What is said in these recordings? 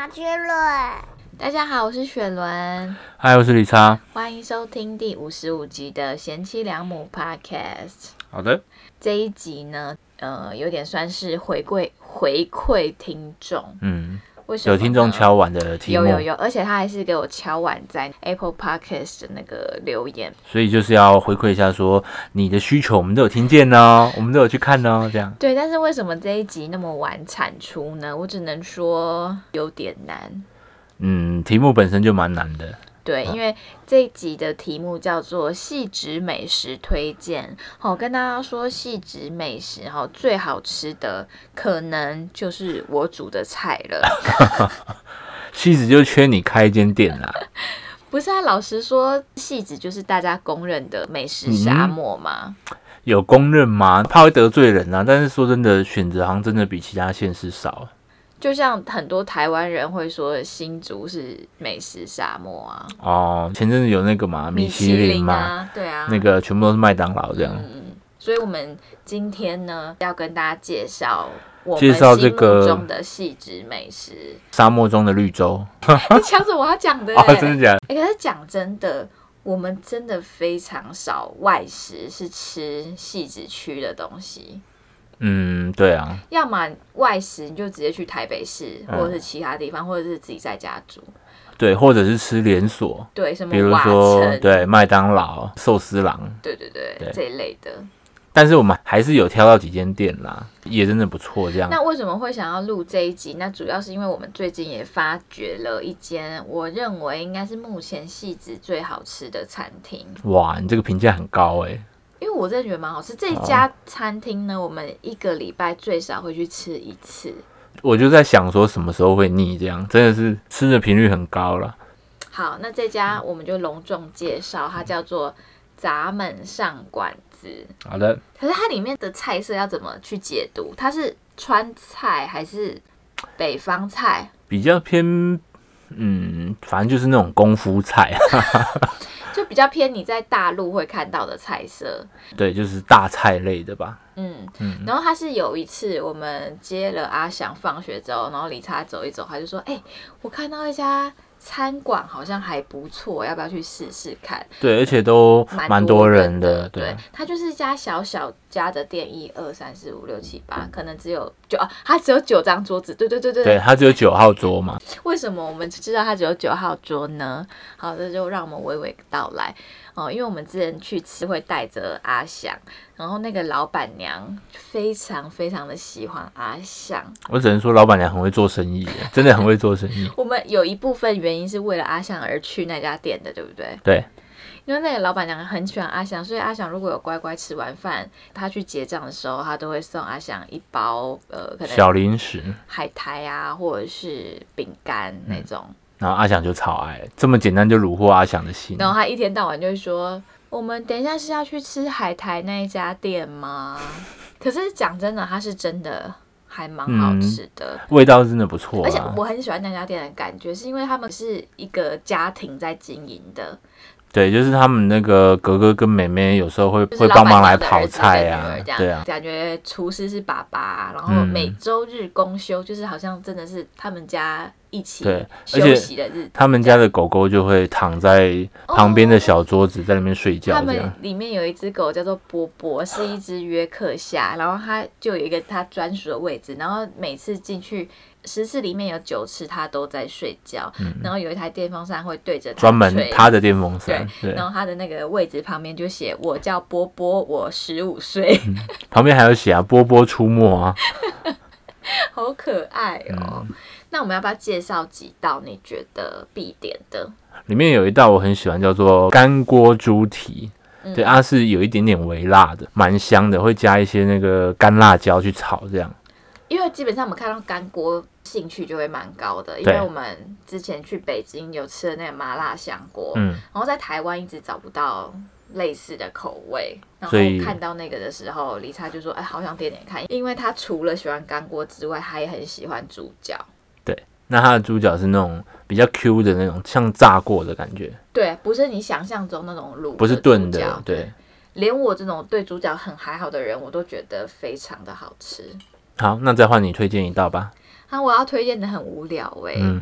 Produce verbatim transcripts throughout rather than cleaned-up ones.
雪伦。 大家好，我是雪伦。 嗨，我是李查。 欢迎收听第五十五集的贤妻良母 Podcast。 好的， 这一集呢，呃，有点算是回馈回馈听众。 嗯， 为什么呢？ 有听众敲碗的题目， 有有有，而且他还是给我敲碗在 Apple Podcast 的那个留言， 所以就是要回馈一下说，你的需求我们都有听见哦，我们都有去看哦，这样。 对，但是为什么这一集那么晚产出呢？我只能说有点难。 嗯，题目本身就蛮难的。 对，因为这一集的题目叫做细致美食推荐。好，跟大家说细致美食，哈，最好吃的可能就是我煮的菜了。 戏子就缺你开一间店啦。 不是啊，老实说，戏子就是大家公认的美食沙漠嘛。 嗯、有公认吗？怕会得罪人啊。但是说真的，选择好像真的比其他县市少。 就像很多台湾人会说新竹是美食沙漠啊。 哦，前阵子有那个嘛，米其林嘛， 啊，对啊， 那个全部都是麦当劳这样。 嗯，所以我们今天呢，要跟大家介绍我们介绍这个心目中的细致美食， 沙漠中的绿洲。 你抢着我要讲的、欸， 哦，真的假的？ 哎、欸，可是讲真的，我们真的非常少外食是吃细致区的东西。 嗯，对啊， 要么外食你就直接去台北市， 嗯、 或者是其他地方，或者是自己在家煮。 对，或者是吃连锁， 对，什么比如说对麦当劳、寿司郎， 对对 对, 对这一类的。 但是我们还是有挑到几间店啦，也真的不错。这样， 那为什么会想要录这一集？那主要是因为我们最近也发掘了一间我认为应该是目前细致最好吃的餐厅。 哇，你这个评价很高哎、欸！ 因为我真的觉得蛮好吃。这家餐厅呢，我们一个礼拜最少会去吃一次。 我就在想说什么时候会腻，这样真的是吃的频率很高了。 好，那这家我们就隆重介绍，它叫做闸门上馆子。 好的。 可是它里面的菜色要怎么去解读？它是川菜还是北方菜？ 比较偏，嗯，反正就是那种功夫菜。 就比较偏你在大陆会看到的菜色， 对，就是大菜类的吧。 嗯嗯。然后他是有一次我们接了阿翔放学之后，然后理查走一走，他就说：“哎、欸，我看到一家餐馆好像还不错，要不要去试试看？” 对，而且都蛮多人的。 对，对，它就是一家小小家的店，一二三四五六七八，可能只有九啊，它只有九张桌子。对对对对， 对，它只有九号桌嘛。 为什么我们知道它只有九号桌呢？好，这就让我们娓娓道来哦。因为我们之前去吃会带着阿翔，然后那个老板娘非常非常的喜欢阿翔。 我只能说，老板娘很会做生意，真的很会做生意。 我们有一部分原因是为了阿翔而去那家店的，对不对？ 对。 因为那个老板娘很喜欢阿翔，所以阿翔如果有乖乖吃完饭，他去结账的时候，他都会送阿翔一包呃，可能小零食、 海苔啊，或者是饼干那种、嗯。 然后阿翔就超爱，这么简单就虏获阿翔的心。 然后他一天到晚就会说：“我们等一下是要去吃海苔那一家店吗？”可是讲真的，他是真的还蛮好吃的、嗯， 味道真的不错、啊。 而且我很喜欢那家店的感觉，是因为他们是一个家庭在经营的。 对，就是他们那个哥哥跟妹妹有时候会、就是、会帮忙来跑菜啊，对啊， 感觉厨师是爸爸，然后每周日公休、嗯，就是好像真的是他们家一起休息的日子。 他们家的狗狗就会躺在旁边的小桌子在那边睡觉、哦。 他们里面有一只狗叫做波波，是一只约克夏，然后它就有一个它专属的位置，然后每次进去。十次里面有九次他都在睡觉、嗯，然后有一台电风扇会对着他专门他的电风扇， 对，然后他的那个位置旁边就写我叫波波，我十五岁， 旁边还有写啊波波出没啊， 好可爱哦、嗯。那我们要不要介绍几道你觉得必点的？ 里面有一道我很喜欢，叫做干锅猪蹄。 嗯、 对，它是有一点点微辣的，蛮香的，会加一些那个干辣椒去炒这样。 因为基本上我们看到干锅兴趣就会蛮高的，因为我们之前去北京有吃的那个麻辣香锅、嗯，然后在台湾一直找不到类似的口味，然后看到那个的时候，理查就说：“哎，好想点点看，因为他除了喜欢干锅之外，他也很喜欢猪脚。” 对，那他的猪脚是那种比较 Q 的那种，像炸过的感觉。 对，不是你想象中那种卤， 不是炖的，对。 连我这种对猪脚很还好的人，我都觉得非常的好吃。 好，那再换你推荐一道吧。 啊，我要推荐的很无聊哎、欸，嗯，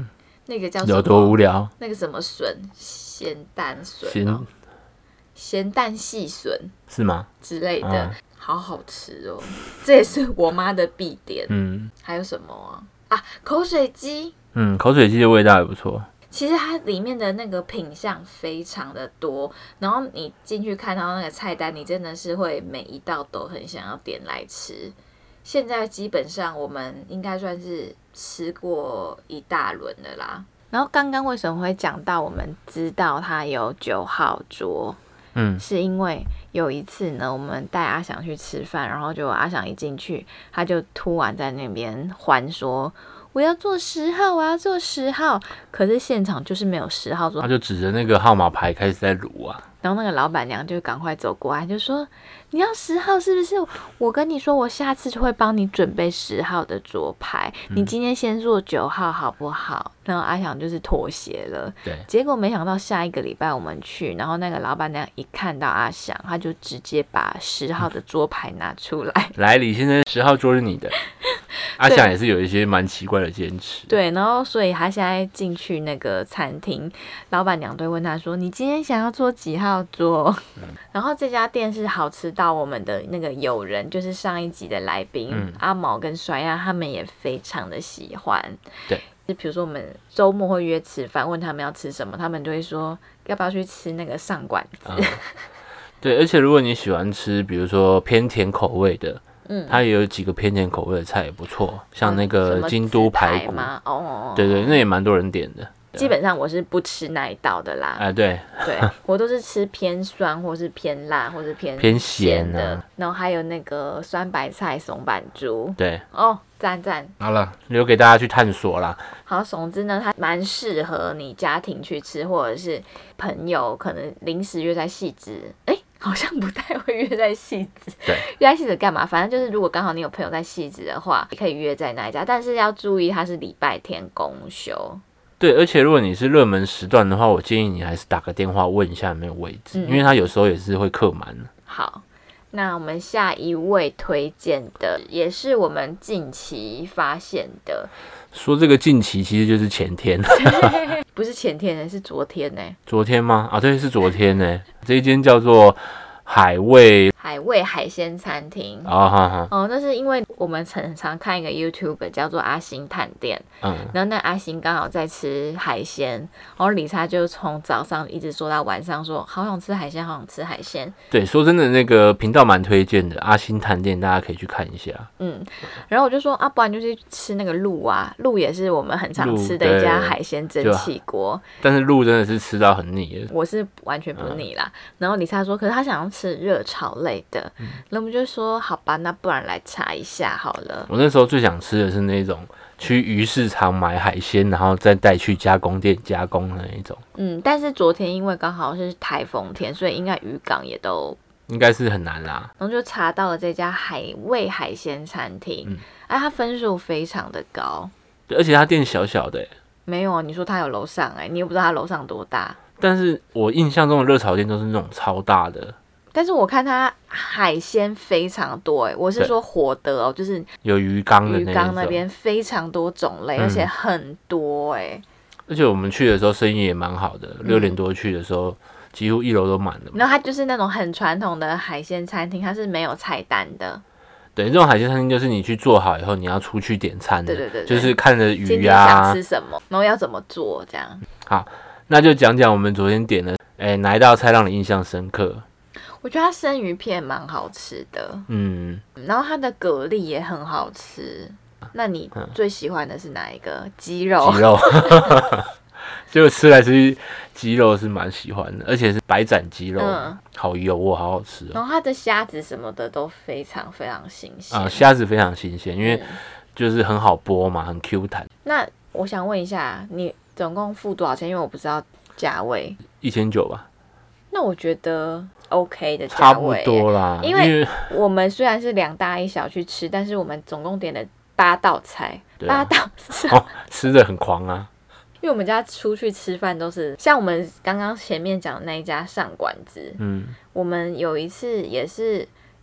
那个叫什么？ 有多无聊？ 那个什么笋，咸蛋笋、哦，咸蛋细笋是吗？ 之类的，嗯、好好吃哦。这也是我妈的必点。嗯，还有什么啊？啊，口水鸡。 嗯，口水鸡的味道也不错。 其实它里面的那个品项非常的多，然后你进去看到那个菜单，你真的是会每一道都很想要点来吃。现在基本上我们应该算是吃过一大轮的啦。然后刚刚为什么会讲到我们知道它有九号桌？嗯，是因为有一次呢，我们带阿翔去吃饭，然后就阿翔一进去，他就突然在那边欢说：“我要坐十号，我要坐十号。”可是现场就是没有十号桌， 他就指着那个号码牌开始在数啊。 然后那个老板娘就赶快走过来，就说：“你要十号是不是？我跟你说，我下次就会帮你准备十号的桌牌，你今天先坐九号好不好？”然后阿翔就是妥协了。 对。 结果没想到下一个礼拜我们去，然后那个老板娘一看到阿翔，他就直接把十号的桌牌拿出来。 来，李先生，十号桌是你的。阿翔也是有一些蛮奇怪的坚持。 对，然后所以他现在进去那个餐厅，老板娘都会问他说：“你今天想要坐几号桌？”嗯、然后这家店是好吃到我们的那个友人，就是上一集的来宾、嗯、阿毛跟甩亚，他们也非常的喜欢。 对， 就比如说我们周末会约吃饭，问他们要吃什么，他们就会说要不要去吃那个上馆子。嗯、 对，而且如果你喜欢吃，比如说偏甜口味的。嗯，它也有几个偏甜口味的菜也不错，像那个京都排骨， 哦， 对对，那也蛮多人点的。 基本上我是不吃那一道的啦， 哎、呃，对， 对我都是吃偏酸，或是偏辣，或是偏偏咸的。 啊、 然后还有那个酸白菜松板猪， 对， 哦，赞赞。 好了，留给大家去探索啦。 好，总之呢，它蛮适合你家庭去吃，或者是朋友可能临时约在汐止，哎、欸。好像不太会约在汐止， 对， 约在汐止干嘛？反正就是如果刚好你有朋友在汐止的话，可以约在那一家，但是要注意它是礼拜天公休。 对，而且如果你是热门时段的话，我建议你还是打个电话问一下有没有位置，嗯、因为它有时候也是会客满。 好，那我们下一位推荐的也是我们近期发现的。 说这个近期其实就是前天， 不是前天呢，是昨天呢。 昨天吗？啊，对，是昨天呢。这一间叫做海味海味海鲜餐厅哦，哈哈哦，那是因为我们常常看一个 YouTube 叫做阿星探店，嗯，然后那阿星刚好在吃海鲜，然后理查就从早上一直说到晚上说好想吃海鲜，好想吃海鲜。 对，说真的，那个频道蛮推荐的，阿星探店大家可以去看一下。 嗯，然后我就说啊，不然就去吃那个鹿啊，鹿也是我们很常吃的一家海鲜蒸汽锅， 但是鹿真的是吃到很腻了， 我是完全不腻啦。嗯、然后理查说，可是他想要吃热炒类的，嗯、那我们就说好吧，那不然来查一下好了。 我那时候最想吃的是那种去鱼市场买海鲜，然后再带去加工店加工的那一种。嗯， 但是昨天因为刚好是台风天，所以应该渔港也都应该是很难啦。 然后就查到了这家海味海鲜餐厅，嗯，哎，它分数非常的高， 对，而且它店小小的。 没有，你说它有楼上，哎，你又不知道它楼上多大。 但是我印象中的热炒店都是那种超大的。 但是我看它海鲜非常多，哎，我是说活的哦，就是有鱼缸的那种， 鱼缸那边非常多种类，嗯、而且很多哎。 而且我们去的时候生意也蛮好的，六、嗯、点多去的时候，几乎一楼都满了。 然后它就是那种很传统的海鲜餐厅，它是没有菜单的。 对，这种海鲜餐厅就是你去做好以后，你要出去点餐的， 对对 对, 对， 就是看着鱼啊，今天想吃什么，然后要怎么做这样。 好，那就讲讲我们昨天点的，哎，哪一道菜让你印象深刻？ 我觉得它生鱼片蛮好吃的，嗯，然后它的蛤蜊也很好吃。那你最喜欢的是哪一个？鸡肉。 鸡肉，结果吃来吃去，鸡肉是蛮喜欢的，而且是白斩鸡肉，嗯、好油哦，好好吃哦。 然后它的虾子什么的都非常非常新鲜啊，虾子非常新鲜，因为就是很好剥嘛，很 Q 弹。 那我想问一下，你总共付多少钱？因为我不知道价位。 一千九吧。 那我觉得 OK 的价位， 差不多啦。 因为我们虽然是两大一小去吃，但是我们总共点了八道菜，啊、八道菜、 哦，吃的很狂啊。 因为我们家出去吃饭都是像我们刚刚前面讲的那一家上馆子，嗯，我们有一次也是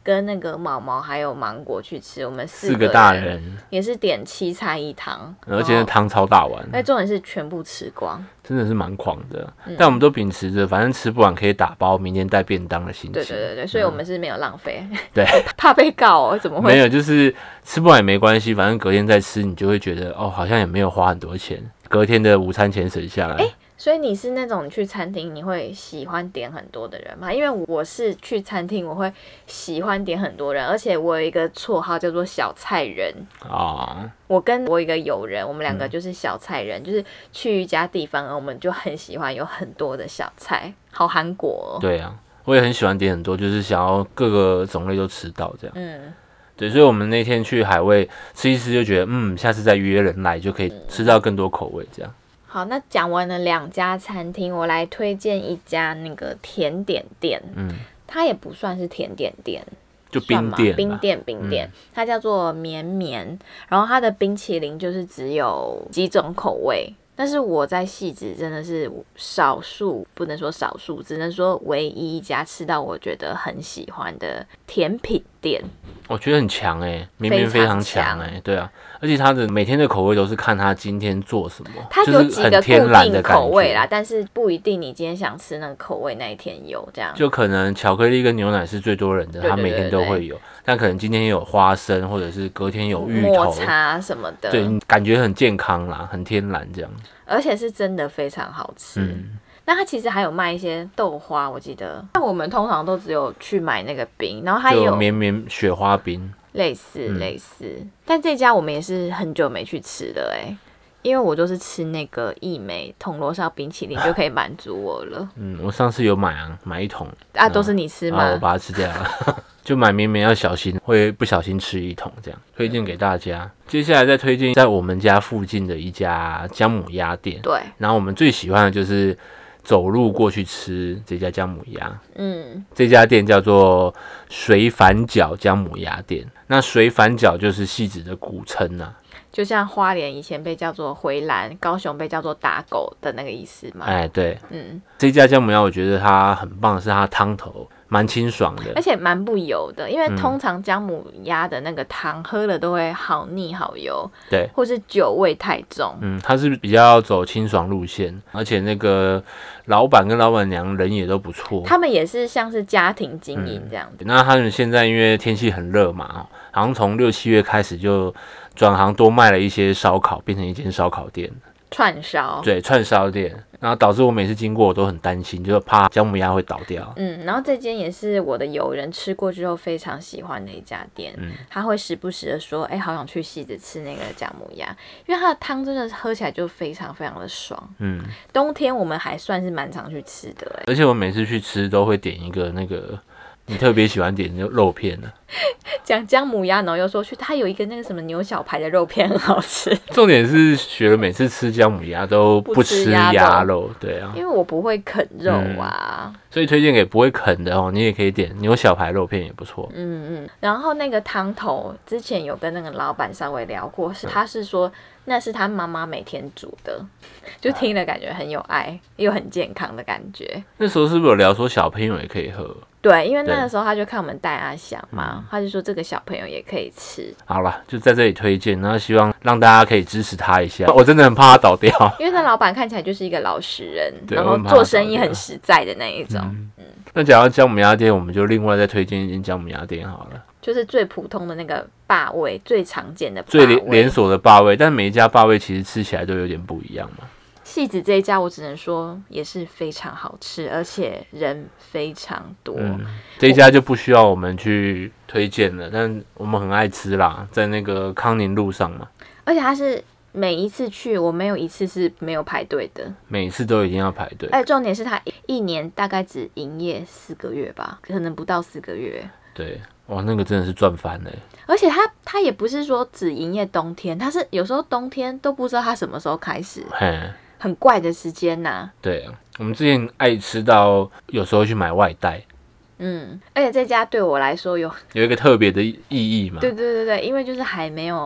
跟那个毛毛还有芒果去吃，我们四个, 四个大人也是点七菜一汤， 而且那汤超大碗， 那重点是全部吃光， 真的是蛮狂的、嗯。但我们都秉持着反正吃不完可以打包，明天带便当的心情。 对对对对，所以我们是没有浪费。 嗯、对， 怕被告哦，怎么会？ 没有，就是吃不完也没关系，反正隔天再吃，你就会觉得哦，好像也没有花很多钱，隔天的午餐钱省下来。 欸所以你是那种你去餐厅你会喜欢点很多的人吗？因为我是去餐厅我会喜欢点很多人，而且我有一个绰号叫做小菜人哦。我跟我一个友人，我们两个就是小菜人、嗯，就是去一家地方，我们就很喜欢有很多的小菜，好韩国、哦。 对啊，我也很喜欢点很多，就是想要各个种类都吃到这样。嗯。对，所以我们那天去海味吃一吃，就觉得嗯，下次再约人来就可以吃到更多口味这样。 好，那讲完了两家餐厅，我来推荐一家那个甜点店。嗯，它也不算是甜点店， 就冰店， 冰店，冰店、嗯，它叫做绵绵。然后它的冰淇淋就是只有几种口味，但是我在汐止真的是少数，不能说少数，只能说唯一一家吃到我觉得很喜欢的甜品店。 我觉得很强哎、欸，绵绵非常强哎、欸，对啊，而且它的每天的口味都是看它今天做什么， 它有几个固定口味啦，但是不一定你今天想吃那个口味那一天有这样。 就可能巧克力跟牛奶是最多人的，它每天都会有，但可能今天有花生，或者是隔天有芋头、 抹茶什么的， 对，感觉很健康啦，很天然这样， 而且是真的非常好吃。嗯，那它其实还有卖一些豆花，我记得。那我们通常都只有去买那个冰，然后它也有绵绵雪花冰， 类似、嗯、类似。但这家我们也是很久没去吃了哎、欸，因为我都是吃那个益美铜锣烧冰淇淋就可以满足我了。 嗯，我上次有买啊，买一桶啊，都是你吃吗？ 啊，我把它吃掉了。就买绵绵要小心，会不小心吃一桶这样，推荐给大家。接下来再推荐在我们家附近的一家姜母鸭店。 对， 然后我们最喜欢的就是走路过去吃这家姜母鸭。嗯，这家店叫做水反角姜母鸭店。那水反角就是汐止的古称啊。 就像花莲以前被叫做回蓝，高雄被叫做打狗的那个意思嘛。 哎，对，嗯，这家姜母鸭我觉得它很棒的是它汤头蛮清爽的， 而且蛮不油的，因为通常姜母鸭的那个汤喝了都会好腻好油， 对， 或是酒味太重。 嗯，它是比较走清爽路线，而且那个老板跟老板娘人也都不错， 他们也是像是家庭经营这样子、 嗯。那他们现在因为天气很热嘛，好像从六七月开始就转行多卖了一些烧烤，变成一间烧烤店。 串烧， 对，串烧店，然后导致我每次经过我都很担心，就怕姜母鸭会倒掉。 嗯，然后这间也是我的友人吃过之后非常喜欢的一家店，嗯，他会时不时的说，哎、欸，好想去汐止吃那个姜母鸭，因为它的汤真的喝起来就非常非常的爽。嗯，冬天我们还算是蛮常去吃的、欸， 而且我每次去吃都会点一个那个。你特别喜欢点肉片呢？ 讲姜母鸭，然后又说去，它有一个那个什么牛小排的肉片很好吃。 重点是学了每次吃姜母鸭都不吃鸭肉，对啊， 因为我不会啃肉啊、嗯， 所以推荐给不会啃的哦，你也可以点牛小排肉片也不错。 嗯嗯，然后那个汤头之前有跟那个老板稍微聊过，是他是说那是他妈妈每天煮的，就听了感觉很有爱又很健康的感觉。 那时候是不是有聊说小朋友也可以喝？ 对，因为那个时候他就看我们带阿翔嘛、嗯，他就说这个小朋友也可以吃。 好了，就在这里推荐，然后希望让大家可以支持他一下。我真的很怕他倒掉， 因为他老板看起来就是一个老实人，然后做生意很实在的那一种。嗯嗯、 那讲到姜母鸭店，我们就另外再推荐一间姜母鸭店好了。 就是最普通的那个霸味，最常见的霸味， 最连锁的霸味，但每一家霸味其实吃起来都有点不一样嘛。 汐止这一家我只能说也是非常好吃，而且人非常多、嗯、 这一家就不需要我们去推荐了，但我们很爱吃啦，在那个康宁路上嘛， 而且它是每一次去我没有一次是没有排队的， 每一次都一定要排队， 而且重点是它一年大概只营业四个月吧，可能不到四个月。 对，哇，那个真的是赚翻了。 而且它它也不是说只营业冬天，它是有时候冬天都不知道它什么时候开始，很怪的时间呐、啊。 对啊，我们之前爱吃到有时候去买外带。 嗯，而且这家对我来说有有一个特别的意义嘛。 对对对对，因为就是还没有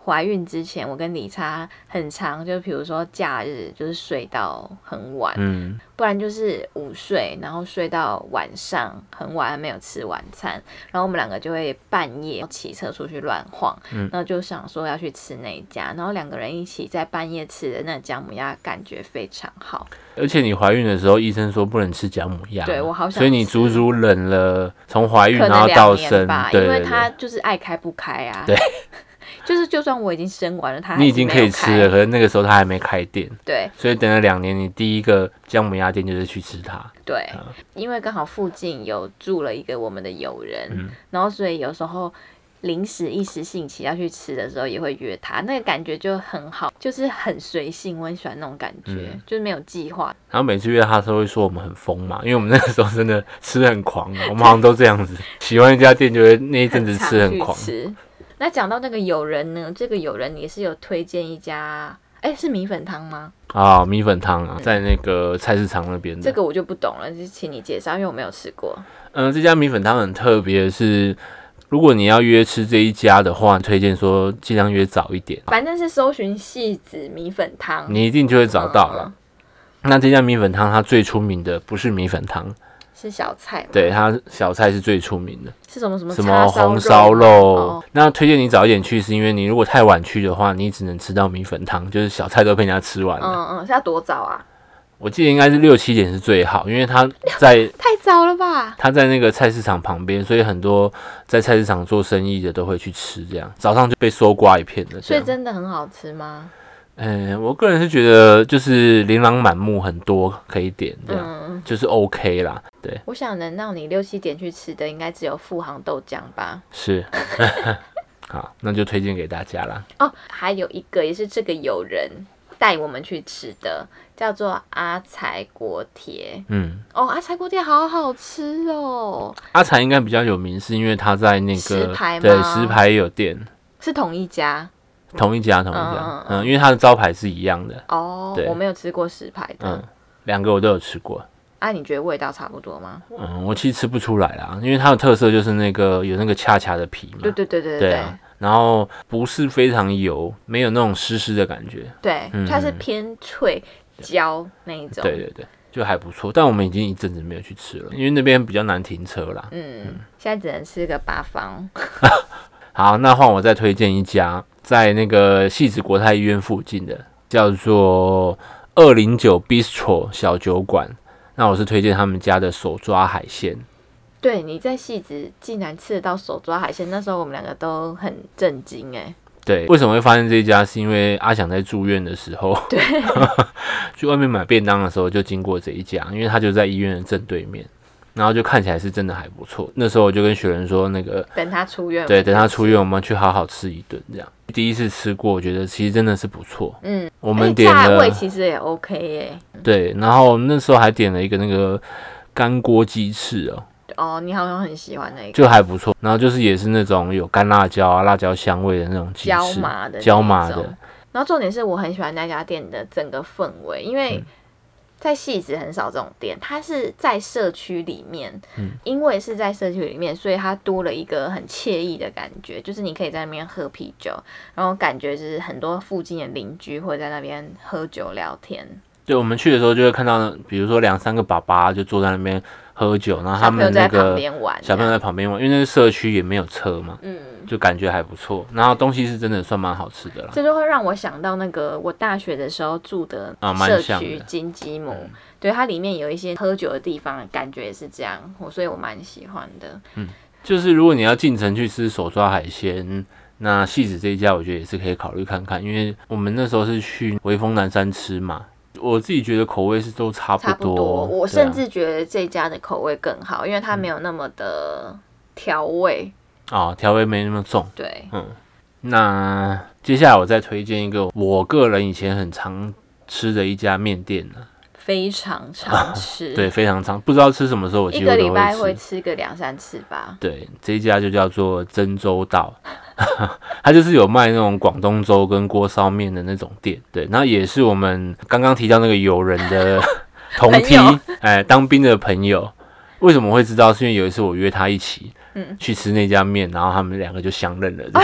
怀孕之前，我跟理查很长，就比如说假日就是睡到很晚，嗯，不然就是午睡，然后睡到晚上很晚还没有吃晚餐，然后我们两个就会半夜骑车出去乱晃，嗯，然后就想说要去吃那一家，然后两个人一起在半夜吃的那姜母鸭，感觉非常好。 而且你怀孕的时候，医生说不能吃姜母鸭， 对我好想吃， 所以你足足忍了从怀孕然后到生吧， 对对对， 因为他就是爱开不开啊。 对。 就是就算我已经生完了，他还是你已经可以吃了，可是那个时候他还没开店， 对， 所以等了两年，你第一个姜母鸭店就是去吃它。 对，嗯、因为刚好附近有住了一个我们的友人，嗯、然后所以有时候临时一时兴起要去吃的时候，也会约他，那个感觉就很好，就是很随性，我很喜欢那种感觉，嗯、就是没有计划。 然后每次约他都会说我们很疯嘛，因为我们那个时候真的吃得很狂，我们好像都这样子，喜欢一家店就会那一阵子吃很狂。 那讲到那个友人呢，这个友人也是有推荐一家，哎，是米粉汤吗？ 啊、哦，米粉汤啊，在那个菜市场那边的。 这个我就不懂了，就请你介绍，因为我没有吃过。 嗯、呃，这家米粉汤很特别的是，如果你要约吃这一家的话，推荐说尽量约早一点。 反正是搜寻戏子米粉汤， 你一定就会找到了。嗯、那这家米粉汤它最出名的不是米粉汤。 是小菜， 对，它小菜是最出名的， 是什么什么什么红烧肉。哦、那推荐你早一点去，是因为你如果太晚去的话，你只能吃到米粉汤，就是小菜都被人家吃完了。 嗯嗯，是要多早啊？ 我记得应该是六七点是最好，因为它在太早了吧？ 它在那个菜市场旁边，所以很多在菜市场做生意的都会去吃，这样早上就被搜刮一片了。 所以真的很好吃吗？ 嗯，我个人是觉得就是琳琅满目，很多可以点，这样、嗯、就是 OK 啦。对， 我想能让你六七点去吃的，应该只有富航豆浆吧？ 是，好，那就推荐给大家啦。 哦，还有一个也是这个友人带我们去吃的，叫做阿财锅贴。嗯，哦，阿财锅贴好好吃哦。 阿财应该比较有名，是因为他在那个石牌吗？ 对，石牌有店， 是同一家。 同一家，同一家，嗯, 嗯，因为它的招牌是一样的。 哦，我没有吃过石牌的， 嗯，两个我都有吃过。 啊，你觉得味道差不多吗？ 嗯，我其实吃不出来啦，因为它的特色就是那个有那个恰恰的皮嘛。 对对对对对, 对啊，然后不是非常油，没有那种湿湿的感觉。 对，嗯、它是偏脆焦那一种。 对对对，就还不错。但我们已经一阵子没有去吃了，因为那边比较难停车啦。 嗯，嗯现在只能吃个八方。 好，那换我再推荐一家。在那个汐止国泰医院附近的叫做二零九 Bistro 小酒馆，那我是推荐他们家的手抓海鲜。 对，你在汐止竟然吃得到手抓海鲜，那时候我们两个都很震惊哎。 对，为什么会发现这一家？是因为阿翔在住院的时候， 对， 去外面买便当的时候就经过这一家，因为他就在医院的正对面。然后就看起来是真的还不错。那时候我就跟雪人说，那个等他出院， 对，等他出院，我们去好好吃一顿，这样。第一次吃过，我觉得其实真的是不错。嗯，我们点了， 价位其实也 OK 耶。 对，然后那时候还点了一个那个干锅鸡翅哦。 哦，你好像很喜欢那个， 就还不错。然后就是也是那种有干辣椒啊、辣椒香味的那种鸡翅， 椒麻的， 椒麻的。 然后重点是我很喜欢那家店的整个氛围，因为、嗯。在汐止很少这种店，它是在社区里面、嗯，因为是在社区里面，所以它多了一个很惬意的感觉，就是你可以在那边喝啤酒，然后感觉就是很多附近的邻居会在那边喝酒聊天。 对，我们去的时候就会看到，比如说两三个爸爸就坐在那边喝酒，然后他们那个小朋友在旁边玩，因为那个社区也没有车嘛，嗯，就感觉还不错。然后东西是真的算蛮好吃的啦。 这就会让我想到那个我大学的时候住的社区金鸡母、嗯，对，它里面有一些喝酒的地方，感觉也是这样，所以我蛮喜欢的。 嗯，就是如果你要进城去吃手抓海鲜，那汐止这一家我觉得也是可以考虑看看，因为我们那时候是去微风南山吃嘛。我自己觉得口味是都差不多，差不多。 我甚至觉得这家的口味更好，因为它没有那么的调味。 哦，调味没那么重。 对， 嗯。那接下来我再推荐一个我个人以前很常吃的一家面店呢， 非常常吃、 啊。对，非常常，不知道吃什么时候我几乎都会吃。 一个礼拜会吃个两三次吧。 对，这一家就叫做珍州道。它就是有卖那种广东粥跟锅烧面的那种店，对，那也是我们刚刚提到那个友人的同梯，哎，当兵的朋友。为什么会知道？是因为有一次我约他一起，嗯，去吃那家面，然后他们两个就相认了。 哦，是因为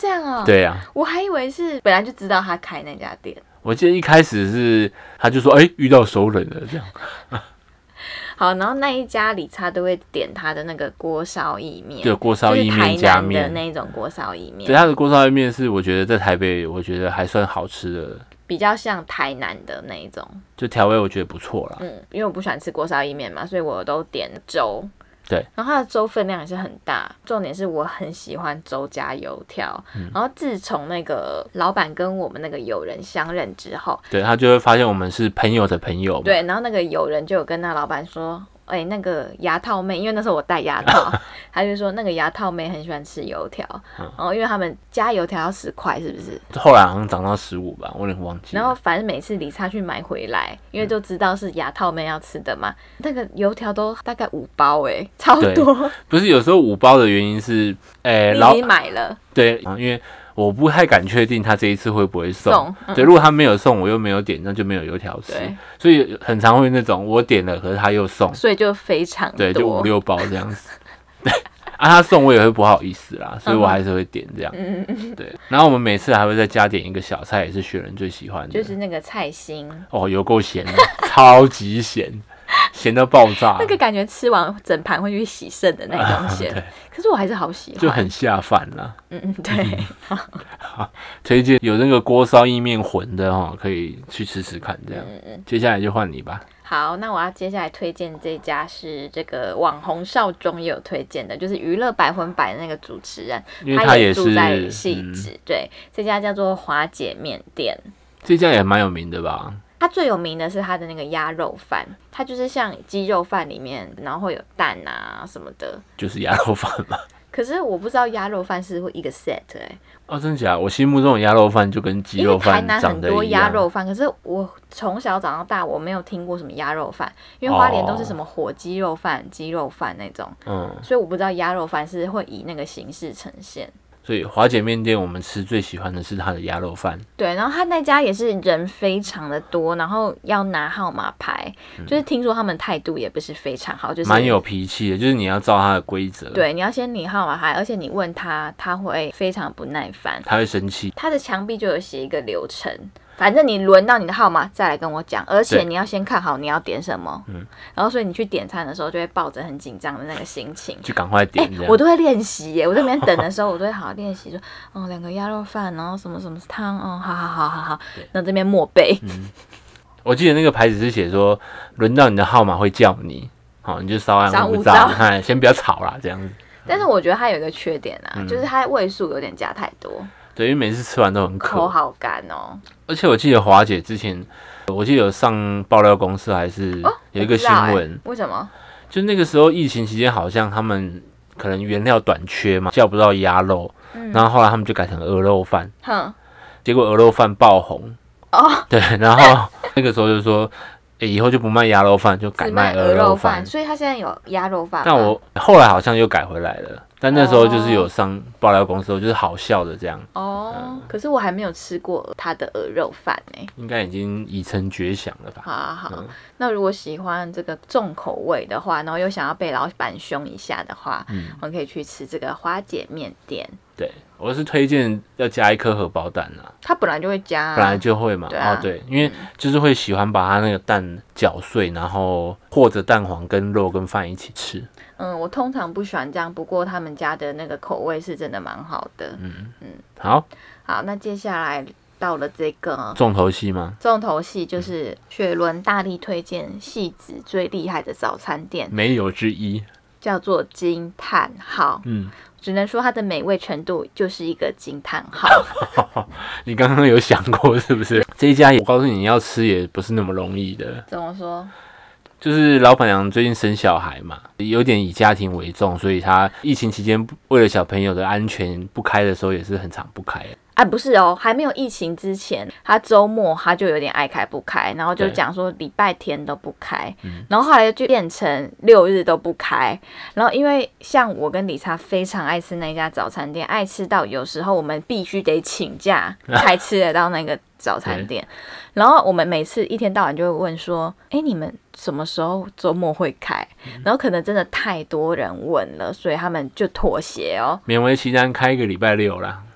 这样哦？ 对啊， 我还以为是本来就知道他开那家店。 我记得一开始是他就说，哎、欸，遇到熟人了这样。 好，然后那一家理查都会点他的那个锅烧意面， 对，锅烧意面加面的那一种锅烧意面。 对，他的锅烧意面是我觉得在台北，我觉得还算好吃的， 比较像台南的那一种， 就调味我觉得不错啦。 嗯，因为我不喜欢吃锅烧意面嘛，所以我都点粥。 对， 然后它的粥分量也是很大，重点是我很喜欢粥加油条。嗯、然后自从那个老板跟我们那个友人相认之后， 对他就会发现我们是朋友的朋友嘛。 对，然后那个友人就有跟那老板说。哎、欸，那个牙套妹，因为那时候我戴牙套，他就说那个牙套妹很喜欢吃油条，嗯、然后因为他们加油条要十块，是不是？ 后来好像涨到十五吧，我有点忘记了。 然后反正每次理查去买回来，因为都知道是牙套妹要吃的嘛，嗯、那个油条都大概五包哎、欸，超多。 不是有时候五包的原因是，哎、欸， 你已经买了。 对，因为。我不太敢确定他这一次会不会送， 送嗯、 对，如果他没有送，我又没有点，那就没有油条吃，所以很常会那种我点了，可是他又送， 所以就非常多， 对，就五六包这样子。对啊，他送我也会不好意思啦，所以我还是会点这样。嗯嗯对，然后我们每次还会再加点一个小菜，也是雪人最喜欢的， 就是那个菜心。 哦，有够咸的，超级咸。咸到爆炸， 那个感觉吃完整盘会去洗肾的那种咸、啊，可是我还是好喜欢， 就很下饭啦。 嗯嗯，对。 好，推荐有那个锅烧意面魂的哈，可以去吃吃看。这样，嗯嗯接下来就换你吧。 好，那我要接下来推荐这家是这个网红少中也有推荐的，就是娱乐百分百的那个主持人， 因为他也住在汐止、嗯，对，这家叫做华姐面店， 这家也蛮有名的吧。 它最有名的是它的那个鸭肉饭，它就是像鸡肉饭里面，然后会有蛋啊什么的， 就是鸭肉饭嘛。 可是我不知道鸭肉饭是会一个 set 哎、欸。 哦，真的假的？我心目中的鸭肉饭就跟鸡肉饭长得一样。因为台南很多鸭肉饭，可是我从小长到大我没有听过什么鸭肉饭，因为花莲都是什么火鸡肉饭、鸡肉饭那种，嗯，所以我不知道鸭肉饭是会以那个形式呈现。 所以华姐面店我们吃最喜欢的是它的鸭肉饭， 对，然后他那家也是人非常的多，然后要拿号码牌、嗯，就是听说他们态度也不是非常好，就是蛮有脾气的，就是你要照他的规则， 对，你要先领号码牌，而且你问他，他会非常不耐烦， 他会生气， 他的墙壁就有写一个流程。反正你轮到你的号码再来跟我讲，而且你要先看好你要点什么，嗯，然后所以你去点餐的时候就会抱着很紧张的那个心情， 就赶快点、 欸。我都会练习耶，我在那边等的时候，我都会好好练习，说，哦，两个鸭肉饭，然后什么什么汤，哦，好好好好好，然后这边默背。 嗯，我记得那个牌子是写说，轮到你的号码会叫你，好，你就稍安勿躁，哎，先不要吵啦，这样子。 但是我觉得它有一个缺点啊，嗯、就是它味素有点加太多。 对，因为每次吃完都很渴， 口好干哦。 而且我记得华姐之前，我记得有上爆料公司还是有一个新闻、 欸，为什么？ 就那个时候疫情期间，好像他们可能原料短缺嘛，叫不到鸭肉、嗯，然后后来他们就改成鹅肉饭，哼，结果鹅肉饭爆红哦。对，然后那个时候就说。欸、以后就不卖鸭肉饭，就改卖鹅肉饭。 所以他现在有鸭肉饭。 但我后来好像又改回来了，但那时候就是有上爆料公司，就是好笑的这样。 哦、嗯，可是我还没有吃过他的鹅肉饭呢、欸， 应该已经已成绝响了吧？ 好啊好、嗯，那如果喜欢这个重口味的话，然后又想要被老板凶一下的话，嗯，我们可以去吃这个花姐面店。 对，我是推荐要加一颗荷包蛋啊。 它本来就会加、啊， 本来就会嘛。对啊、哦，对，因为就是会喜欢把它那个蛋搅碎，然后和着蛋黄跟肉跟饭一起吃。 嗯，我通常不喜欢这样，不过他们家的那个口味是真的蛮好的。 嗯嗯，好， 好，那接下来到了这个重头戏吗？ 重头戏就是雪伦大力推荐汐止最厉害的早餐店， 没有之一， 叫做惊叹号。嗯。只能说它的美味程度就是一个惊叹号。 你刚刚有想过是不是？这一家我告诉你，你要吃也不是那么容易的。 怎么说？ 就是老板娘最近生小孩嘛，有点以家庭为重，所以她疫情期间为了小朋友的安全不开的时候，也是很常不开。 啊，不是哦，还没有疫情之前，他周末他就有点爱开不开，然后就讲说礼拜天都不开，然后后来就变成六日都不开。然后因为像我跟理查非常爱吃那家早餐店，爱吃到有时候我们必须得请假才吃得到那个早餐店。然后我们每次一天到晚就会问说，哎，你们什么时候周末会开？然后可能真的太多人问了，所以他们就妥协哦， 勉为其难开一个礼拜六啦。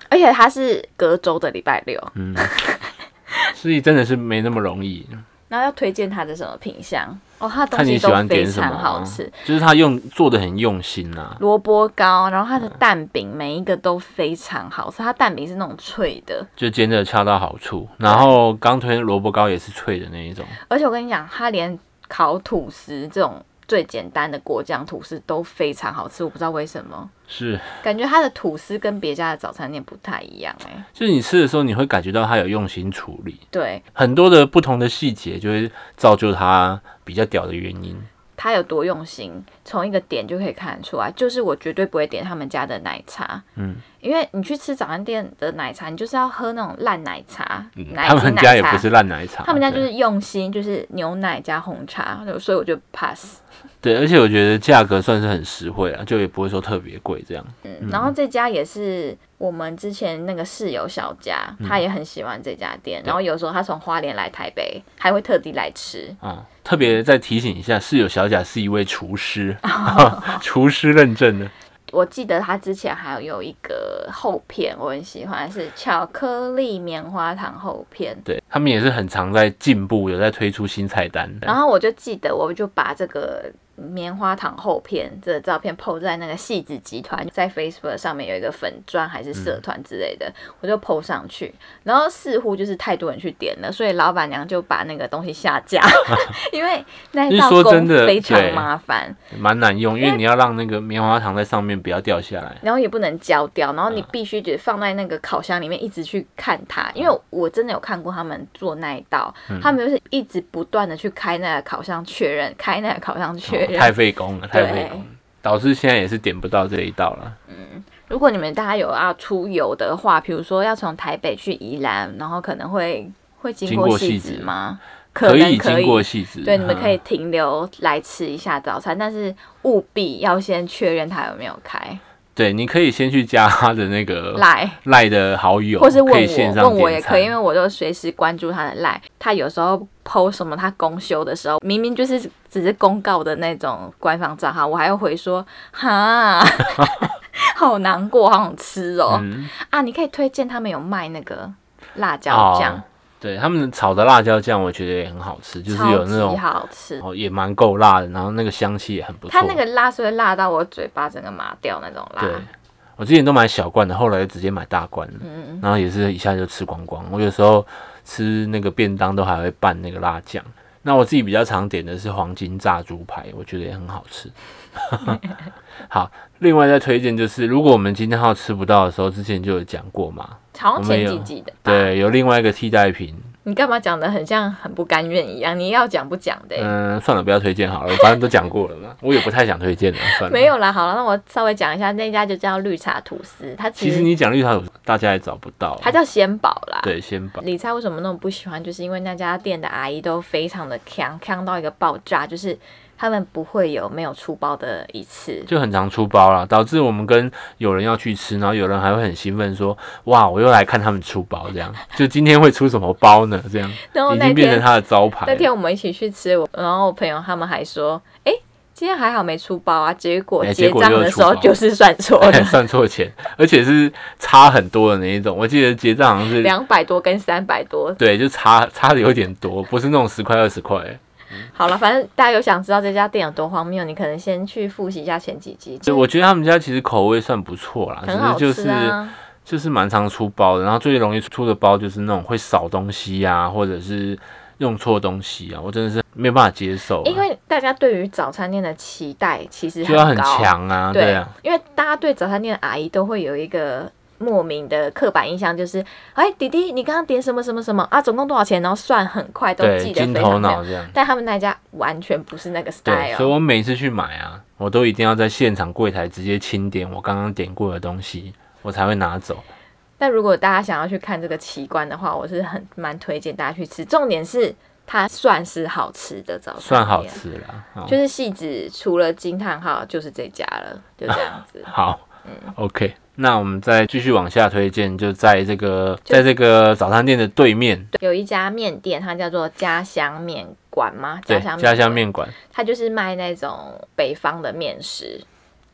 而且它是隔周的礼拜六， 嗯，所以真的是没那么容易。 然后要推荐它的什么品项哦，它的东西都非常好吃， 啊、就是它用做的很用心啊。 萝卜糕，然后它的蛋饼每一个都非常好吃，它蛋饼是那种脆的， 就煎的恰到好处。然后刚推萝卜糕也是脆的那一种， 而且我跟你讲，它连烤吐司这种最简单的果酱吐司都非常好吃，我不知道为什么。 是， 感觉它的吐司跟别家的早餐店不太一样哎、欸， 就是你吃的时候，你会感觉到它有用心处理， 对， 很多的不同的细节就会造就它比较屌的原因。 它有多用心，从一个点就可以看得出来。就是我绝对不会点他们家的奶茶，嗯，因为你去吃早餐店的奶茶，你就是要喝那种烂奶茶，嗯、奶他们家也不是烂奶茶， 他们家就是用心，就是牛奶加红茶，所以我就 pass。 对，而且我觉得价格算是很实惠啊，就也不会说特别贵这样。 嗯，然后这家也是我们之前那个室友小佳，嗯、他也很喜欢这家店，然后有时候他从花莲来台北，还会特地来吃。 啊，特别再提醒一下，室友小贾是一位厨师，哦、厨师认证的。 我记得他之前还有一个厚片，我很喜欢，是巧克力棉花糖厚片。 对，他们也是很常在进步，有在推出新菜单。 然后我就记得，我就把这个棉花糖厚片这个照片 po 在那个戏子集团在 Facebook 上面有一个粉专还是社团之类的，嗯、我就 po 上去。然后似乎就是太多人去点了，所以老板娘就把那个东西下架，因为那一道工非常麻烦， 蛮难用，因为你要让那个棉花糖在上面不要掉下来， 然后也不能焦掉，然后你必须得放在那个烤箱里面一直去看它，因为我真的有看过他们做那一道，嗯、他们就是一直不断的去开那个烤箱确认，开那个烤箱确认。 哦、太费工了，太费工了，导致现在也是点不到这一道了。 嗯，如果你们大家有要出游的话，比如说要从台北去宜兰，然后可能会会经过汐止吗？ 可以经过汐止， 对，你们可以停留来吃一下早餐，但是务必要先确认他有没有开。 对，你可以先去加他的那个赖赖的好友， 或是问我问我也可以，因为我就随时关注他的赖。他有时候 po 什么他公休的时候，明明就是只是公告的那种官方账号，我还要回说哈，好难过，好想吃哦、嗯、啊！你可以推荐他们有卖那个辣椒酱。哦， 对，他们炒的辣椒酱，我觉得也很好吃，就是有那种好吃， 哦，也蛮够辣的，然后那个香气也很不错。 它那个辣是会辣到我嘴巴整个麻掉那种辣。 对，我之前都买小罐的，后来直接买大罐的，嗯、然后也是一下就吃光光。我有时候吃那个便当都还会拌那个辣酱。那我自己比较常点的是黄金炸猪排，我觉得也很好吃。好，另外再推荐就是，如果我们今天号吃不到的时候，之前就有讲过嘛， 好像前几集的吧， 对，有另外一个替代品。 你干嘛讲的很像很不甘愿一样？你要讲不讲的、欸？ 嗯，算了，不要推荐好了，反正都讲过了嘛，我也不太想推荐了，算了。 没有啦，好了，那我稍微讲一下，那家就叫绿茶吐司，它其实, 其实你讲绿茶吐司，大家也找不到， 它叫鲜宝啦。 对，鲜宝。 理查为什么那么不喜欢？就是因为那家店的阿姨都非常的强，强到一个爆炸，就是他们不会有没有出包的一次， 就很常出包啦，导致我们跟有人要去吃，然后有人还会很兴奋说：“哇，我又来看他们出包，这样就今天会出什么包呢？”这样已经变成他的招牌。 那天我们一起去吃，然后我朋友他们还说：“哎、欸，今天还好没出包啊。”结果结账的时候就是算错了， 算错钱，而且是差很多的那一种。我记得结账好像是两百多跟三百多， 对，就差差的有点多，不是那种十块二十块。 好了，反正大家有想知道这家店有多荒谬，你可能先去复习一下前几集。 对，我觉得他们家其实口味算不错啦， 很好吃啊， 只是就是就是蛮常出包的，然后最容易出的包就是那种会少东西啊，或者是用错东西啊，我真的是没有办法接受。 因为大家对于早餐店的期待其实很高， 就要很强啊，对, 对啊， 因为大家对早餐店的阿姨都会有一个莫名的刻板印象，就是哎，弟弟，你刚刚点什么什么什么啊？总共多少钱？然后算很快，都记得非常金头脑这样。 但他们那家完全不是那个 style， 所以我每次去买啊，我都一定要在现场柜台直接清点我刚刚点过的东西，我才会拿走。 但如果大家想要去看这个奇观的话，我是很蛮推荐大家去吃。重点是它算是好吃的早餐店， 算好吃啦， 哦、就是汐止除了惊叹号就是这家了，就这样子。 好，嗯 ，OK。那我们再继续往下推荐，就在这个在这个早餐店的对面， 有一家面店，它叫做家乡面馆吗？ 家乡家乡面馆， 它就是卖那种北方的面食。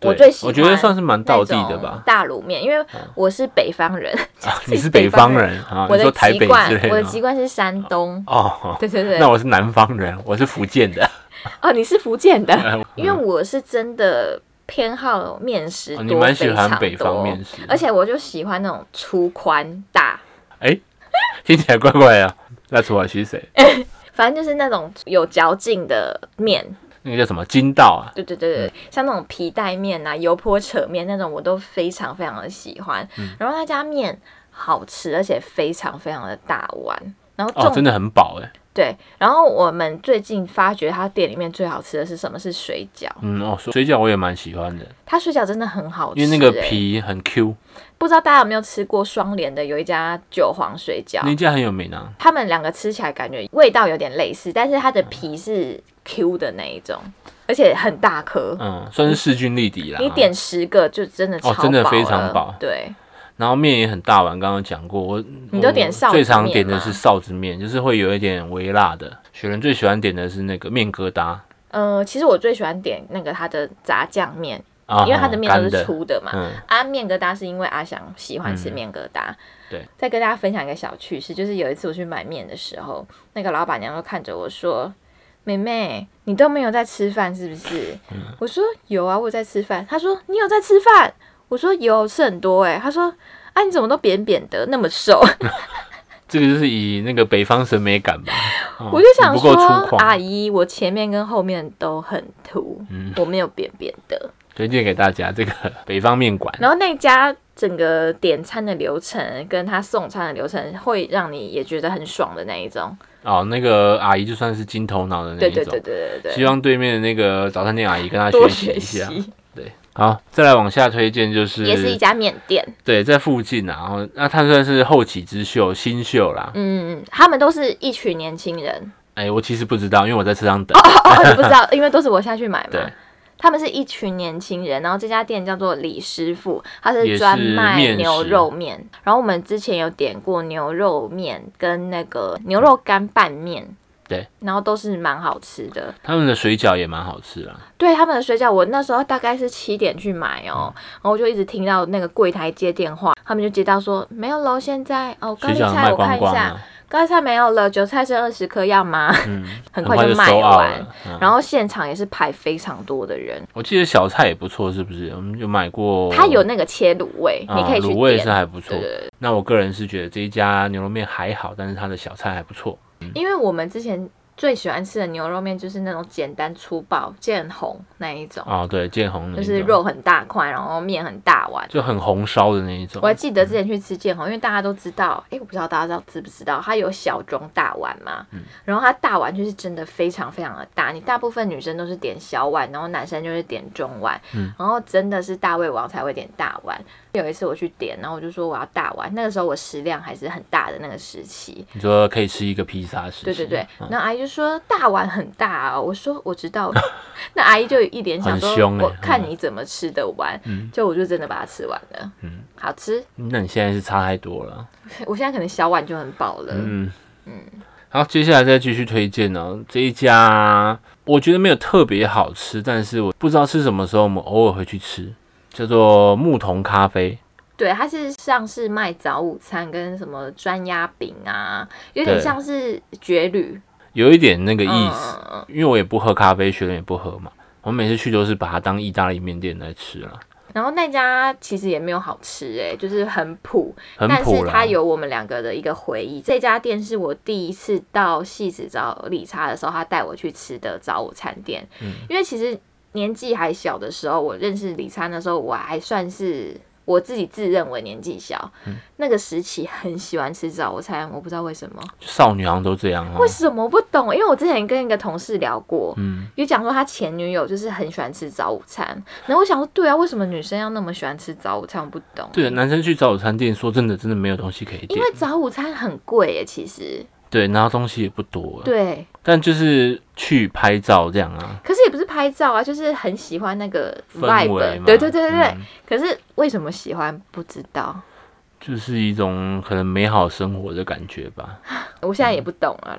我最喜欢， 我觉得算是蛮道地的吧。 大卤面，因为我是北方人， 啊、你是北方人啊？ 我的籍贯，我的籍贯是山东。 哦， 对对对， 那我是南方人，我是福建的。 哦，你是福建的，嗯、因为我是真的偏好面食多， 哦、你蛮喜欢北方面食， 而且我就喜欢那种粗宽大。 哎、欸，听起来怪怪的。那除了是谁？ 反正就是那种有嚼劲的面。 那个叫什么筋道啊？ 对对对对，嗯、像那种皮带面啊、油泼扯面那种，我都非常非常的喜欢。嗯、然后那家面好吃，而且非常非常的大碗，然后哦，真的很饱哎。 对，然后我们最近发觉他店里面最好吃的是什么？是水饺。 嗯哦，水饺我也蛮喜欢的。 他水饺真的很好吃， 因为那个皮很 Q。 不知道大家有没有吃过双连的有一家韭黄水饺？ 那家很有名啊。 他们两个吃起来感觉味道有点类似，但是它的皮是 Q 的那一种，而且很大颗。 嗯，算是势均力敌啦。 你点十个就真的超饱了， 哦，真的非常饱。 对。 然后面也很大碗，刚刚讲过，我你都点臊子面吗？ 最常点的是臊子面，就是会有一点微辣的。雪人最喜欢点的是那个面疙瘩。 呃，其实我最喜欢点那个它的炸酱面，啊、因为它的面都是粗的嘛。的嗯、啊，面疙瘩是因为阿翔喜欢吃面疙瘩。嗯、 对。 再跟大家分享一个小趣事，就是有一次我去买面的时候，那个老板娘就看着我说：“妹妹，你都没有在吃饭是不是？”嗯、我说：“有啊，我有在吃饭。”他说：“你有在吃饭？”我说有，吃很多哎、欸。他说啊，你怎么都扁扁的，那么瘦？ 这个就是以那个北方审美感吧。 哦、我就想说，阿姨，我前面跟后面都很凸，嗯、我没有扁扁的。 推荐给大家这个北方面馆。 然后那家整个点餐的流程跟他送餐的流程，会让你也觉得很爽的那一种。 哦，那个阿姨就算是金头脑的那一种。 对对对对对对。 希望对面的那个早餐店阿姨跟他学习一下。对。好，再来往下推荐就是也是一家面店， 对，在附近啊，然后那它算是后起之秀、新秀啦。 嗯嗯，他们都是一群年轻人。 哎、欸，我其实不知道，因为我在车上等。 哦哦，你不知道，因为都是我下去买嘛。 对， 他们是一群年轻人，然后这家店叫做李师傅，他是专卖牛肉面。然后我们之前有点过牛肉面跟那个牛肉干拌面。 对， 然后都是蛮好吃的。 他们的水饺也蛮好吃啦。 对，他们的水饺，我那时候大概是七点去买哦、喔，嗯、然后我就一直听到那个柜台接电话，他们就接到说没有喽，现在哦，高丽菜我看一下，高丽菜没有了，韭菜剩二十颗要吗？嗯，很快就卖完，嗯、然后现场也是排非常多的人。 我记得小菜也不错，是不是？我们有买过， 它有那个切卤味，嗯、你可以去点。 卤味是还不错。 对对对。 那我个人是觉得这一家牛肉面还好，但是它的小菜还不错。 因为我们之前最喜欢吃的牛肉面就是那种简单粗暴见红那一种哦，对，见红那就是肉很大块，然后面很大碗， 就很红烧的那一种。 我还记得之前去吃见红，因为大家都知道，哎，我不知道大家知道知不知道，它有小中大碗嘛，嗯、然后它大碗就是真的非常非常的大，你大部分女生都是点小碗，然后男生就是点中碗，嗯、然后真的是大胃王才会点大碗。有一次我去点，然后我就说我要大碗，那个时候我食量还是很大的那个时期。 你说可以吃一个披萨时期？ 对对对，嗯、那阿姨就说大碗很大哦，我说我知道，那阿姨就一脸想说，欸、我看你怎么吃得完，嗯、就我就真的把它吃完了，嗯，好吃。 那你现在是差太多了， 我现在可能小碗就很饱了，嗯嗯。好，接下来再继续推荐哦，这一家我觉得没有特别好吃，但是我不知道吃什么时候我们偶尔会去吃。叫做牧童咖啡， 对，它是像是卖早午餐跟什么专鸭饼啊，有点像是绝旅， 有一点那个意思。嗯、因为我也不喝咖啡，学人也不喝嘛，我每次去都是把它当意大利面店来吃啦。 然后那家其实也没有好吃哎、欸，就是很普，很普，但是它有我们两个的一个回忆。这家店是我第一次到汐止找理查的时候，他带我去吃的早午餐店，嗯、因为其实。年纪还小的时候，我认识理查的时候，我还算是我自己自认为年纪小，嗯、那个时期很喜欢吃早餐，我不知道为什么。 少女好像都这样、哦。 为什么我不懂？因为我之前跟一个同事聊过，嗯，有讲说他前女友就是很喜欢吃早午餐，然后我想说，对啊，为什么女生要那么喜欢吃早午餐？我不懂。 对，男生去早午餐店，说真的，真的没有东西可以点， 因为早午餐很贵耶，其实。 对，然后东西也不多。 对。 但就是去拍照这样啊。 可是也不是拍照啊，就是很喜欢那个 vibe。 氛围嘛。 对对对对对。嗯、可是为什么喜欢不知道。 就是一种可能美好生活的感觉吧。 我现在也不懂了啦。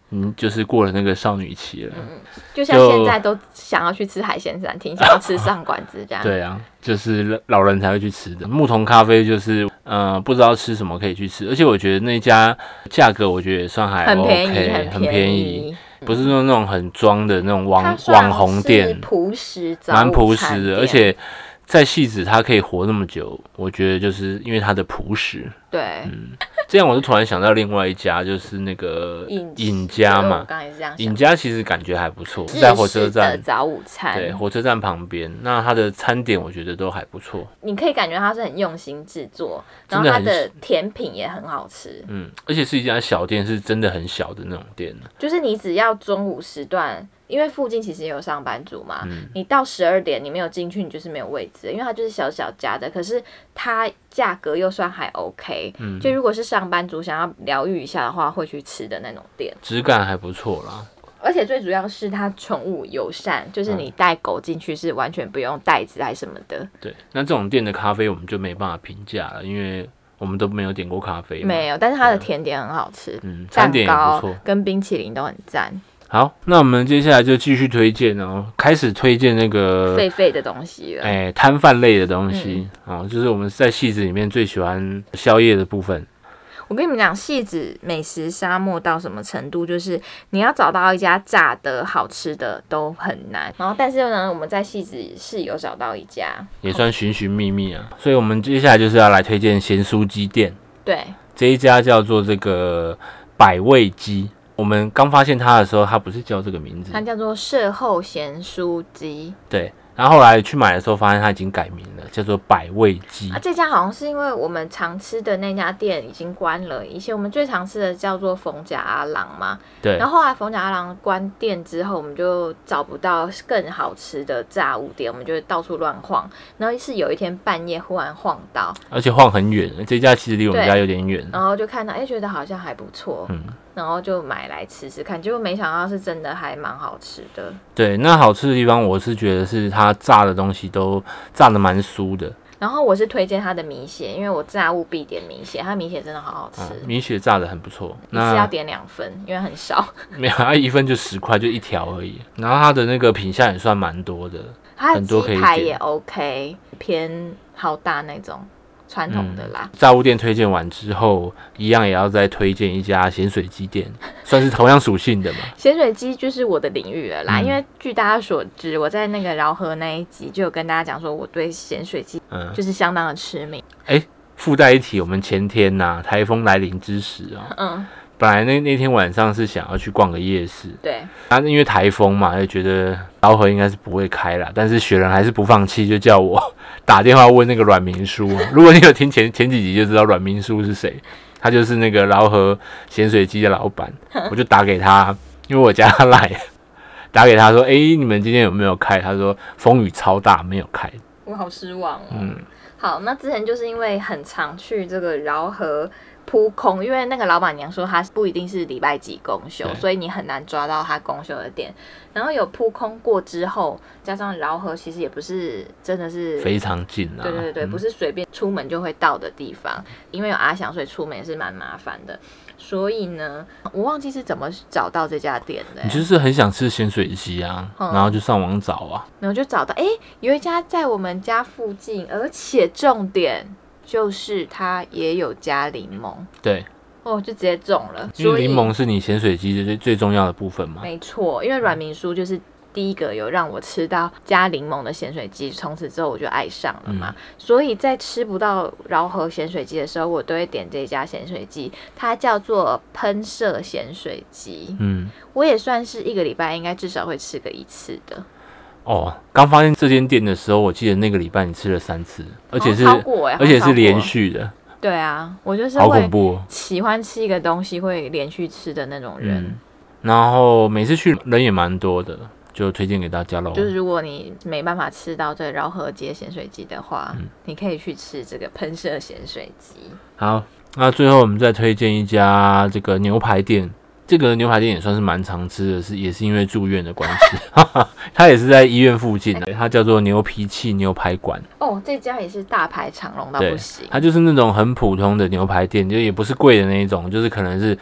嗯，就是过了那个少女期了。 嗯，就像现在都想要去吃海鲜餐厅，想要吃上馆子这样。 对啊，就是老人才会去吃的。牧童咖啡就是呃不知道吃什么可以去吃，而且我觉得那家价格我觉得也算还 OK， 很便宜， 很便宜。不是说那种很装的那种网网红店， 朴实， 蛮朴实的，而且在戏子它可以活那么久，我觉得就是因为它的朴实。 对， 嗯，这样我就突然想到另外一家，就是那个尹家嘛。尹家其实感觉还不错，是在火车站早午餐， 对，火车站旁边。那它的餐点我觉得都还不错， 你可以感觉它是很用心制作，然后它的甜品也很好吃。 嗯，而且是一家小店，是真的很小的那种店。 就是你只要中午时段。因为附近其实也有上班族嘛，嗯、你到十二点你没有进去，你就是没有位置，因为它就是小小家的，可是它价格又算还 OK，嗯、就如果是上班族想要疗愈一下的话，会去吃的那种店， 质感还不错啦。 而且最主要是它宠物友善，就是你带狗进去是完全不用袋子还是什么的。 对，那这种店的咖啡我们就没办法评价了，因为我们都没有点过咖啡。 没有，但是它的甜点很好吃， 嗯，餐点也不错， 跟冰淇淋都很赞。 好，那我们接下来就继续推荐哦，开始推荐那个废废的东西了， 哎，摊贩类的东西、嗯、哦，就是我们在戏子里面最喜欢宵夜的部分。 我跟你们讲，戏子美食沙漠到什么程度，就是你要找到一家炸的好吃的都很难。然后，但是呢，我们在戏子是有找到一家， 也算寻寻觅觅啊。所以我们接下来就是要来推荐咸酥鸡店。 对， 这一家叫做这个百味鸡。我们刚发现它的时候，它不是叫这个名字， 它叫做社后咸酥鸡。 对。然后后来去买的时候，发现它已经改名了，叫做百味鸡。 啊，这家好像是因为我们常吃的那家店已经关了，以前我们最常吃的叫做逢甲阿郎嘛。 对。 然后后来逢甲阿郎关店之后，我们就找不到更好吃的炸物店，我们就到处乱晃。然后是有一天半夜忽然晃到， 而且晃很远，这家其实离我们家有点远。 然后就看到，哎，觉得好像还不错。嗯。然后就买来吃吃看，结果没想到是真的还蛮好吃的。对， 那好吃的地方，我是觉得是它炸的东西都炸的蛮酥的。 然后我是推荐它的米血，因为我炸物必点米血，它米血真的好好吃。 嗯、米血炸的很不错， 一次要点两份，因为很少。 没有，它一份就十块，就一条而已。然后它的那个品项也算蛮多的， 它的鸡排也 OK， 偏好大那种。传统的啦、 嗯，炸物店推荐完之后，一样也要再推荐一家咸水鸡店，算是同样属性的嘛。 咸水鸡就是我的领域了啦，嗯、因为据大家所知，我在那个饶河那一集就有跟大家讲说，我对咸水鸡就是相当的痴迷。 哎、嗯欸，附带一提，我们前天呐、啊，台风来临之时啊、喔，嗯，本来那那天晚上是想要去逛个夜市， 对， 啊，因为台风嘛，就觉得饶河应该是不会开啦，但是雪人还是不放弃，就叫我打电话问那个阮明书。如果你有听前前几集就知道阮明书是谁，他就是那个饶河咸水鸡的老板。我就打给他，因为我加他赖，打给他说：“哎、欸，你们今天有没有开？”他说：“风雨超大，没有开。” 我好失望哦。嗯，好，那之前就是因为很常去这个饶河扑空，因为那个老板娘说她不一定是礼拜几公休，所以你很难抓到她公休的店。然后有扑空过之后，加上饶河其实也不是真的是非常近啊， 对对对，嗯、不是随便出门就会到的地方。因为有阿翔，所以出门也是蛮麻烦的。所以呢，我忘记是怎么找到这家店的、欸。 你就是很想吃咸水鸡啊、嗯，然后就上网找啊， 然后就找到，哎、欸，有一家在我们家附近，而且重点就是它也有加柠檬。 对。 哦，就直接中了， 因为柠檬是你咸水鸡最最重要的部分嘛。 没错，因为阮明书就是第一个有让我吃到加柠檬的咸水鸡，从此之后我就爱上了嘛。嗯、所以在吃不到饶河咸水鸡的时候，我都会点这家咸水鸡，它叫做喷射咸水鸡。嗯，我也算是一个礼拜应该至少会吃个一次的。 哦，刚发现这间店的时候，我记得那个礼拜你吃了三次，而且是、 哦欸、 而且是连续的。 对啊，我就是好恐怖、哦， 喜欢吃一个东西会连续吃的那种人。嗯、 然后每次去人也蛮多的，就推荐给大家咯。 就是如果你没办法吃到这饶河街咸水鸡的话、嗯，你可以去吃这个喷射咸水鸡。 好，那最后我们再推荐一家这个牛排店。这个牛排店也算是蛮常吃的，是也是因为住院的关系，它也是在医院附近的，它叫做牛脾气牛排馆。 哦，这家也是大排长龙到不行。 它就是那种很普通的牛排店，就也不是贵的那一种，就是可能是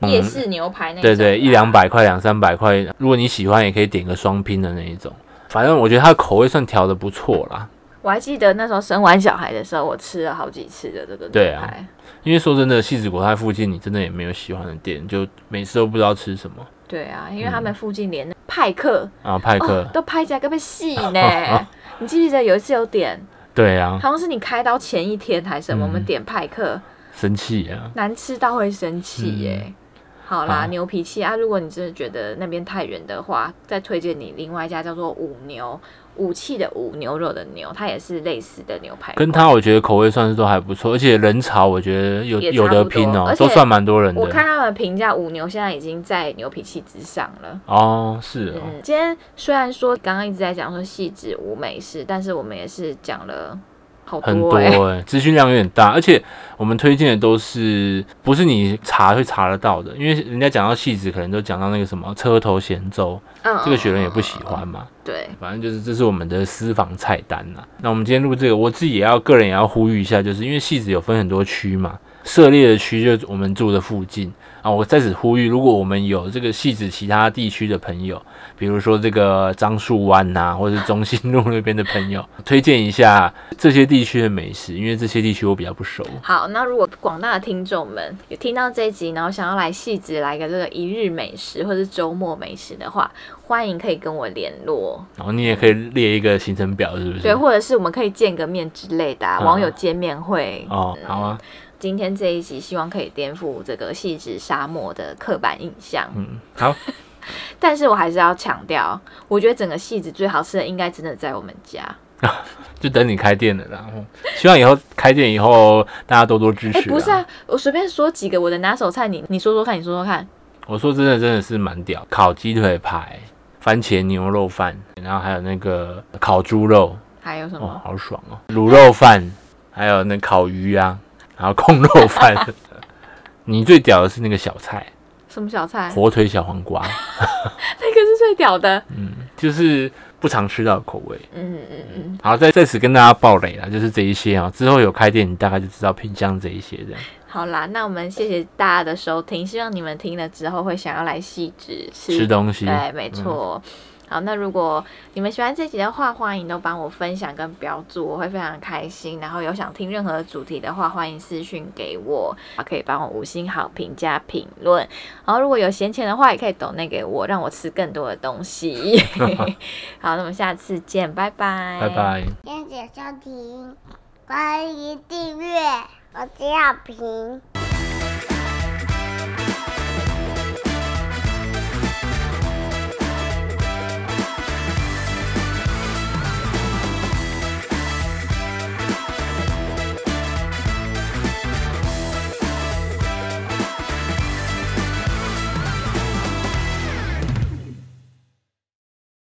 夜市牛排那种， 对对，一两百块、两三百块，如果你喜欢，也可以点个双拼的那一种。反正我觉得它的口味算调的不错啦。 我还记得那时候生完小孩的时候，我吃了好几次的这个牛排。 对啊，因为说真的，戏子国泰附近你真的也没有喜欢的店，就每次都不知道吃什么。 对啊，因为他们附近连派克、 嗯、啊派克、 哦、都拍起来跟被细呢。你记不记得有一次有点？ 对啊， 好像是你开刀前一天还是什么，嗯、我们点派克， 生气啊， 难吃到会生气耶。嗯、好啦，好牛脾气啊！如果你真的觉得那边太远的话，再推荐你另外一家叫做五牛。武器的武，牛肉的牛，它也是类似的牛排， 跟它我觉得口味算是都还不错，而且人潮我觉得有有得拼哦，都算蛮多人的。 我看他们评价五牛现在已经在牛脾气之上了。 哦，是哦。 嗯，今天虽然说刚刚一直在讲说细致无美食，但是我们也是讲了好多、欸、 很多哎、欸，资讯量有点大，而且我们推荐的都是不是你查会查得到的，因为人家讲到细致，可能都讲到那个什么车头咸粥。嗯、这个学人也不喜欢嘛， 对， 反正就是这是我们的私房菜单啦。那我们今天录这个，我自己也要个人也要呼吁一下，就是因为戏子有分很多区嘛，涉猎的区就是我们住的附近啊。我在此呼吁，如果我们有这个戏子其他地区的朋友，比如说这个樟树湾呐、啊，或者是中心路那边的朋友，推荐一下这些地区的美食，因为这些地区我比较不熟。 好，那如果广大的听众们有听到这一集，然后想要来戏子来个这个一日美食或是周末美食的话，欢迎可以跟我联络， 然后你也可以列一个行程表，是不是？ 对，或者是我们可以见个面之类的、啊嗯、网友见面会。 哦，好啊。 今天这一集希望可以颠覆这个细致沙漠的刻板印象。 嗯，好。 但是我还是要强调，我觉得整个细致最好吃的应该真的在我们家。 就等你开店了啦，希望以后开店以后大家多多支持、啊欸。 不是啊，我随便说几个我的拿手菜，你你说说看，你说说看。 我说真的，真的是蛮屌，烤鸡腿排、番茄牛肉饭，然后还有那个烤猪肉， 还有什么？ 哦、好爽哦！卤肉饭，还有那烤鱼啊，然后控肉饭。你最屌的是那个小菜。 什么小菜？ 火腿小黄瓜。 那个是最屌的。 嗯，就是不常吃到的口味。 嗯嗯嗯。 好，在在此跟大家爆雷啦，就是这一些啊、喔。之后有开店，你大概就知道品相这一些这样。 好啦，那我们谢谢大家的收听，希望你们听了之后会想要来细致吃吃东西。 对，没错。嗯、好，那如果你们喜欢这集的话，欢迎都帮我分享跟标注，我会非常开心。然后有想听任何主题的话，欢迎私讯给我，可以帮我五星好评加评论。然后如果有闲钱的话，也可以抖内给我，让我吃更多的东西。好，那我们下次见，拜拜， 拜拜。 谢谢收听，欢迎订阅，我是小平。